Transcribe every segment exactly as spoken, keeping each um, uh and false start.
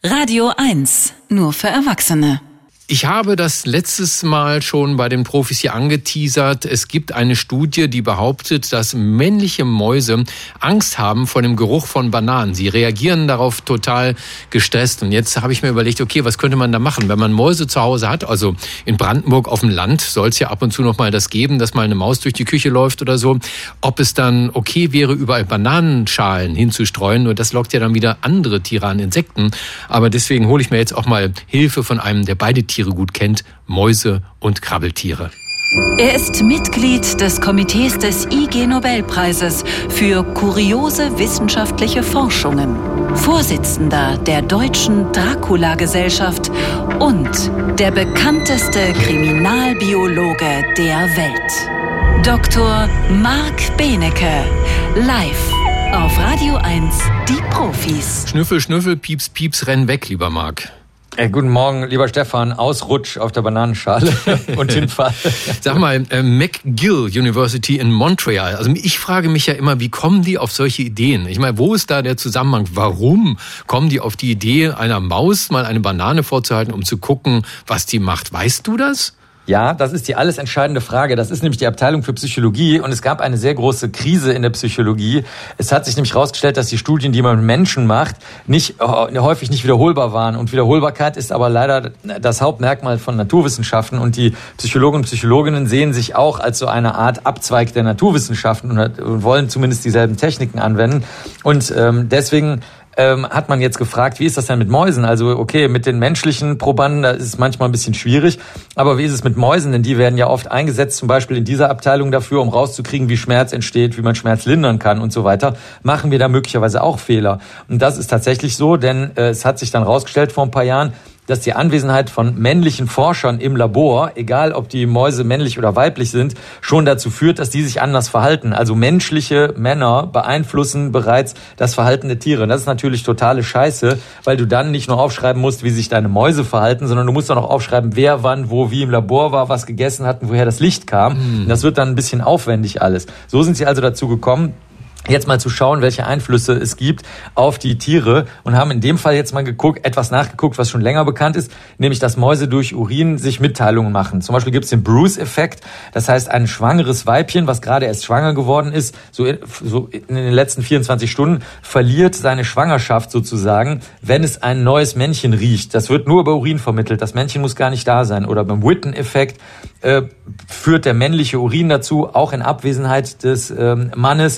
Radio eins, nur für Erwachsene. Ich habe das letztes Mal schon bei den Profis hier angeteasert. Es gibt eine Studie, die behauptet, dass männliche Mäuse Angst haben vor dem Geruch von Bananen. Sie reagieren darauf total gestresst. Und jetzt habe ich mir überlegt, okay, was könnte man da machen? Wenn man Mäuse zu Hause hat, also in Brandenburg auf dem Land soll es ja ab und zu noch mal das geben, dass mal eine Maus durch die Küche läuft oder so. Ob es dann okay wäre, überall Bananenschalen hinzustreuen. Nur das lockt ja dann wieder andere Tiere an, Insekten. Aber deswegen hole ich mir jetzt auch mal Hilfe von einem, der beide Tiere gut kennt, Mäuse und Krabbeltiere. Er ist Mitglied des Komitees des I G-Nobelpreises für kuriose wissenschaftliche Forschungen, Vorsitzender der Deutschen Dracula-Gesellschaft und der bekannteste Kriminalbiologe der Welt. Doktor Marc Benecke, live auf Radio eins, die Profis. Schnüffel, Schnüffel, Pieps, Pieps, renn weg, lieber Marc. Hey, guten Morgen, lieber Stefan. Ausrutsch auf der Bananenschale und Hinfall. Sag mal, äh, McGill University in Montreal. Also ich frage mich ja immer, wie kommen die auf solche Ideen? Ich meine, wo ist da der Zusammenhang? Warum kommen die auf die Idee, einer Maus mal eine Banane vorzuhalten, um zu gucken, was die macht? Weißt du das? Ja, das ist die alles entscheidende Frage. Das ist nämlich die Abteilung für Psychologie und es gab eine sehr große Krise in der Psychologie. Es hat sich nämlich herausgestellt, dass die Studien, die man mit Menschen macht, nicht häufig nicht wiederholbar waren. Und Wiederholbarkeit ist aber leider das Hauptmerkmal von Naturwissenschaften. Und die Psychologen und Psychologinnen sehen sich auch als so eine Art Abzweig der Naturwissenschaften und wollen zumindest dieselben Techniken anwenden. Und ähm, deswegen Ähm, hat man jetzt gefragt, wie ist das denn mit Mäusen? Also okay, mit den menschlichen Probanden, da ist es manchmal ein bisschen schwierig, aber wie ist es mit Mäusen? Denn die werden ja oft eingesetzt, zum Beispiel in dieser Abteilung dafür, um rauszukriegen, wie Schmerz entsteht, wie man Schmerz lindern kann und so weiter. Machen wir da möglicherweise auch Fehler? Und das ist tatsächlich so, denn äh, es hat sich dann rausgestellt vor ein paar Jahren, dass die Anwesenheit von männlichen Forschern im Labor, egal ob die Mäuse männlich oder weiblich sind, schon dazu führt, dass die sich anders verhalten. Also menschliche Männer beeinflussen bereits das Verhalten der Tiere. Und das ist natürlich totale Scheiße, weil du dann nicht nur aufschreiben musst, wie sich deine Mäuse verhalten, sondern du musst auch noch aufschreiben, wer wann, wo, wie im Labor war, was gegessen hat und woher das Licht kam. Mhm. Das wird dann ein bisschen aufwendig alles. So sind sie also dazu gekommen, jetzt mal zu schauen, welche Einflüsse es gibt auf die Tiere und haben in dem Fall jetzt mal geguckt, etwas nachgeguckt, was schon länger bekannt ist, nämlich, dass Mäuse durch Urin sich Mitteilungen machen. Zum Beispiel gibt es den Bruce-Effekt, das heißt, ein schwangeres Weibchen, was gerade erst schwanger geworden ist, so in, so in den letzten vierundzwanzig Stunden, verliert seine Schwangerschaft sozusagen, wenn es ein neues Männchen riecht. Das wird nur über Urin vermittelt, das Männchen muss gar nicht da sein. Oder beim Whitten-Effekt äh, führt der männliche Urin dazu, auch in Abwesenheit des ähm, Mannes,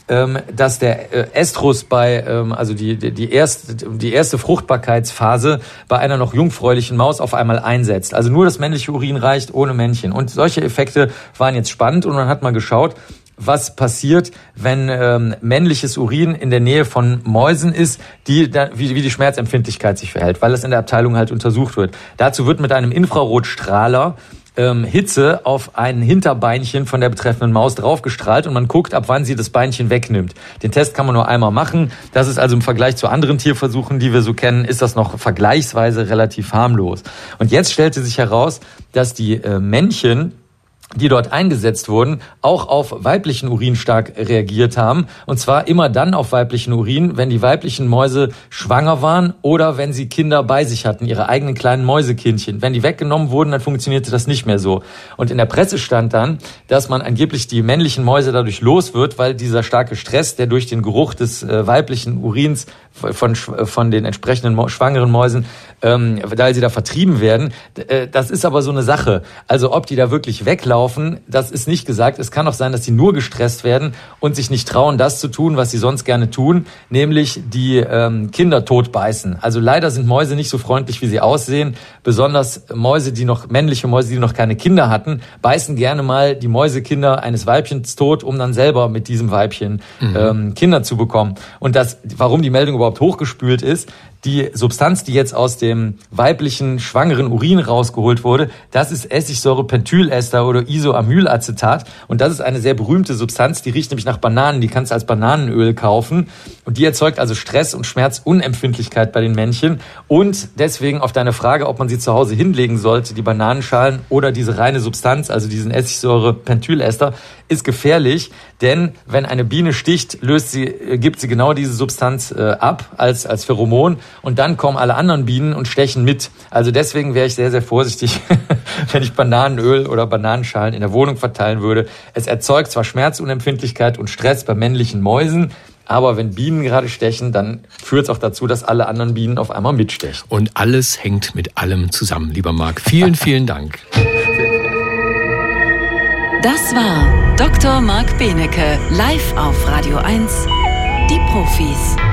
dass der Estrus bei, also die, die, erste, die erste Fruchtbarkeitsphase bei einer noch jungfräulichen Maus auf einmal einsetzt. Also nur das männliche Urin reicht ohne Männchen. Und solche Effekte waren jetzt spannend und man hat mal geschaut, was passiert, wenn ähm, männliches Urin in der Nähe von Mäusen ist, die da, wie, wie die Schmerzempfindlichkeit sich verhält, weil das in der Abteilung halt untersucht wird. Dazu wird mit einem Infrarotstrahler Ähm, Hitze auf ein Hinterbeinchen von der betreffenden Maus draufgestrahlt und man guckt, ab wann sie das Beinchen wegnimmt. Den Test kann man nur einmal machen. Das ist also im Vergleich zu anderen Tierversuchen, die wir so kennen, ist das noch vergleichsweise relativ harmlos. Und jetzt stellte sich heraus, dass die äh, Männchen, die dort eingesetzt wurden, auch auf weiblichen Urin stark reagiert haben. Und zwar immer dann auf weiblichen Urin, wenn die weiblichen Mäuse schwanger waren oder wenn sie Kinder bei sich hatten, ihre eigenen kleinen Mäusekindchen. Wenn die weggenommen wurden, dann funktionierte das nicht mehr so. Und in der Presse stand dann, dass man angeblich die männlichen Mäuse dadurch los wird, weil dieser starke Stress, der durch den Geruch des äh, weiblichen Urins von von den entsprechenden schwangeren Mäusen, ähm, weil sie da vertrieben werden. Äh, das ist aber so eine Sache. Also ob die da wirklich weglaufen, das ist nicht gesagt. Es kann auch sein, dass die nur gestresst werden und sich nicht trauen, das zu tun, was sie sonst gerne tun, nämlich die ähm, Kinder totbeißen. Also leider sind Mäuse nicht so freundlich, wie sie aussehen. Besonders Mäuse, die noch männliche Mäuse, die noch keine Kinder hatten, beißen gerne mal die Mäusekinder eines Weibchens tot, um dann selber mit diesem Weibchen mhm. ähm, Kinder zu bekommen. Und das, warum die Meldung überhaupt hochgespült ist, die Substanz, die jetzt aus dem weiblichen schwangeren Urin rausgeholt wurde, das ist Essigsäure-Pentylester oder Isoamylacetat. Und das ist eine sehr berühmte Substanz, die riecht nämlich nach Bananen. Die kannst du als Bananenöl kaufen. Und die erzeugt also Stress- und Schmerzunempfindlichkeit bei den Männchen. Und deswegen auf deine Frage, ob man sie zu Hause hinlegen sollte, die Bananenschalen oder diese reine Substanz, also diesen Essigsäure-Pentylester, ist gefährlich, denn wenn eine Biene sticht, löst sie, gibt sie genau diese Substanz äh, ab als, als Pheromon und dann kommen alle anderen Bienen und stechen mit. Also deswegen wäre ich sehr, sehr vorsichtig, wenn ich Bananenöl oder Bananenschalen in der Wohnung verteilen würde. Es erzeugt zwar Schmerzunempfindlichkeit und Stress bei männlichen Mäusen, aber wenn Bienen gerade stechen, dann führt es auch dazu, dass alle anderen Bienen auf einmal mitstechen. Und alles hängt mit allem zusammen, lieber Marc. Vielen, vielen Dank. Das war Doktor Marc Benecke, live auf Radio eins, die Profis.